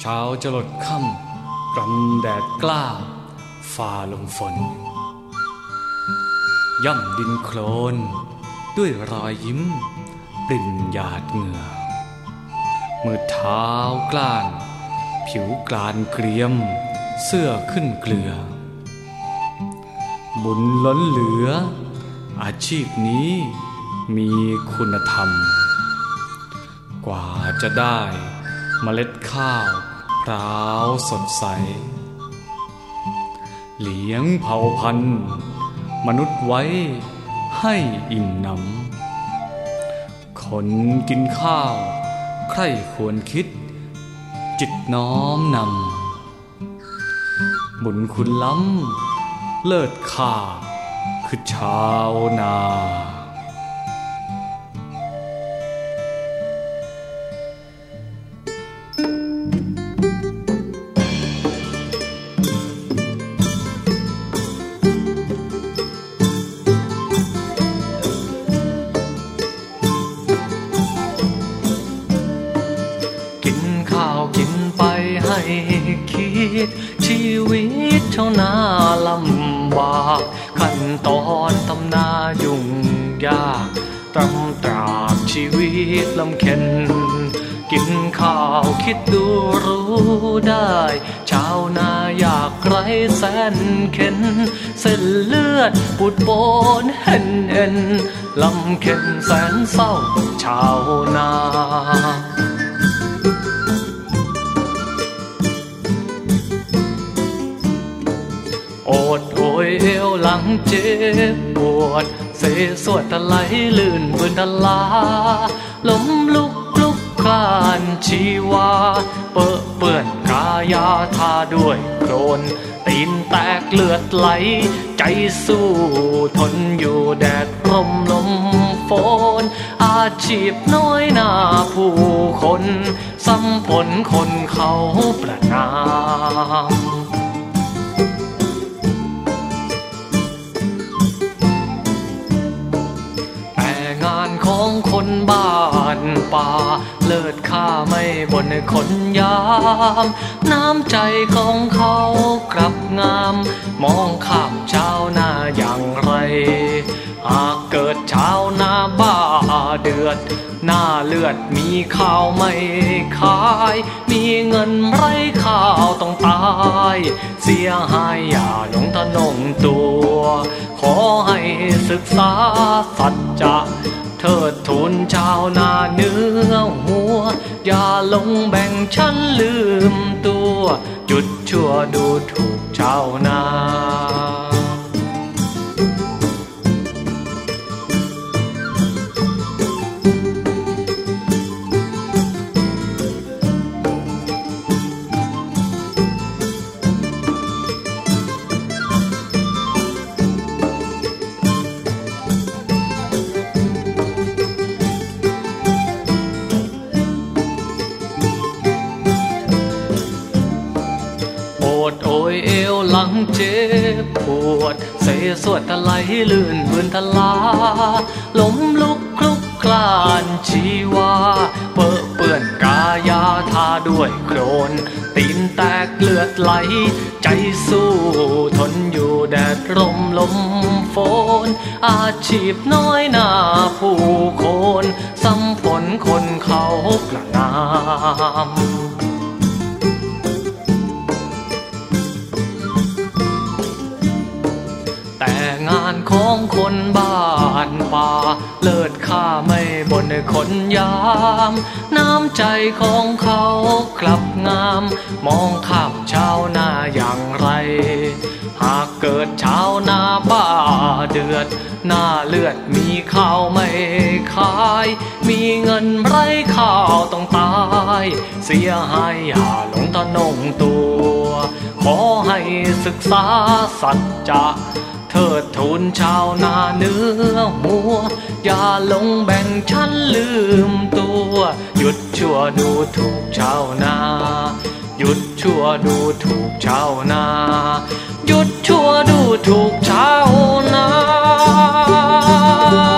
ช้าจะหลดค่ำกรำแดดกล้าฝ่าลมฝนย่ำดินโคลนด้วยรอยยิ้มปริ่มหยาดเหงื่อมือเท้ากล้านผิวกลานเกรียมเสื้อขึ้นเกลือบุญล้นเหลืออาชีพนี้มีคุณธรรมกว่าจะได้เมล็ดข้าวพร้าวสดใสเลี้ยงเผ่าพันธุ์มนุษย์ไว้ให้อิ่มหนำคนกินข้าวใคร่ควรคิดจิตน้อมนำบุญคุณล้ำเลิศค่าคือชาวนากินไปให้คิดชีวิตชาวนาลำบากขั้นตอนทำนายุ่งยากตำตราบชีวิตลำเค็ญกินข้าวคิดดูรู้ได้ชาวนาอยากไร้แสนเข็นเส้นเลือดปูดโปนเห็นลำเค็ญแสนเศร้าชาวนาโอดโอยเอวหลังเจ็บปวดเสสวดทะไหลลื่นพื้นทลาล้มลุกคลุกคลานชีวาเปื้อนกายาทาด้วยโคลนตีนแตกเลือดไหลใจสู้ทนอยู่แดดร่มลมฝนอาชีพน้อยหน้าผู้คนซ้ำผลคนเขาประนามงานของคนบ้านป่าเลิศค่าไม่บ่นคนยามน้ำใจของเขากลับงามมองข้ามชาวนาอย่างไรหากเกิดชาวนาบ้าเดือดหน้าเลือดมีข้าวไม่ขายมีเงินไร้ข้าวต้องตายเสียหายอย่าหลงทะนงตัวขอให้ศึกษาสัจจะเทิดทูนชาวนาเนื้อหัวอย่าลงแบ่งชั้นลืมตัวจุดชั่วดูถูกชาวนาโอยเอวหลังเจ็บปวดเสสวดทะไหลลื่นพื้นทลาล้มลุกคลุกคลานชีวาเปื้อนกายาทาด้วยโคลนตีนแตกเลือดไหลใจสู้ทนอยู่แดดร่มลมฝนอาชีพน้อยหน้าผู้คนซ้ำผลคนเขาประนามแต่งานของคนบ้านป่าเลิศค่าไม่บ่นคนยามน้ำใจของเขากลับงามมองข้ามชาวนาอย่างไรหากเกิดชาวนาบ้าเดือดหน้าเลือดมีข้าวไม่ขายมีเงินไร้ข้าวต้องตายเสียหายอย่าหลงทะนงตัวขอให้ศึกษาสัจจะเทิดทูนชาวนาเนื้อหัวอย่าลงแบ่งชั้นลืมตัวหยุดชั่วดูถูกชาวนาหยุดชั่วดูถูกชาวนาหยุดชั่วดูถูกชาวนา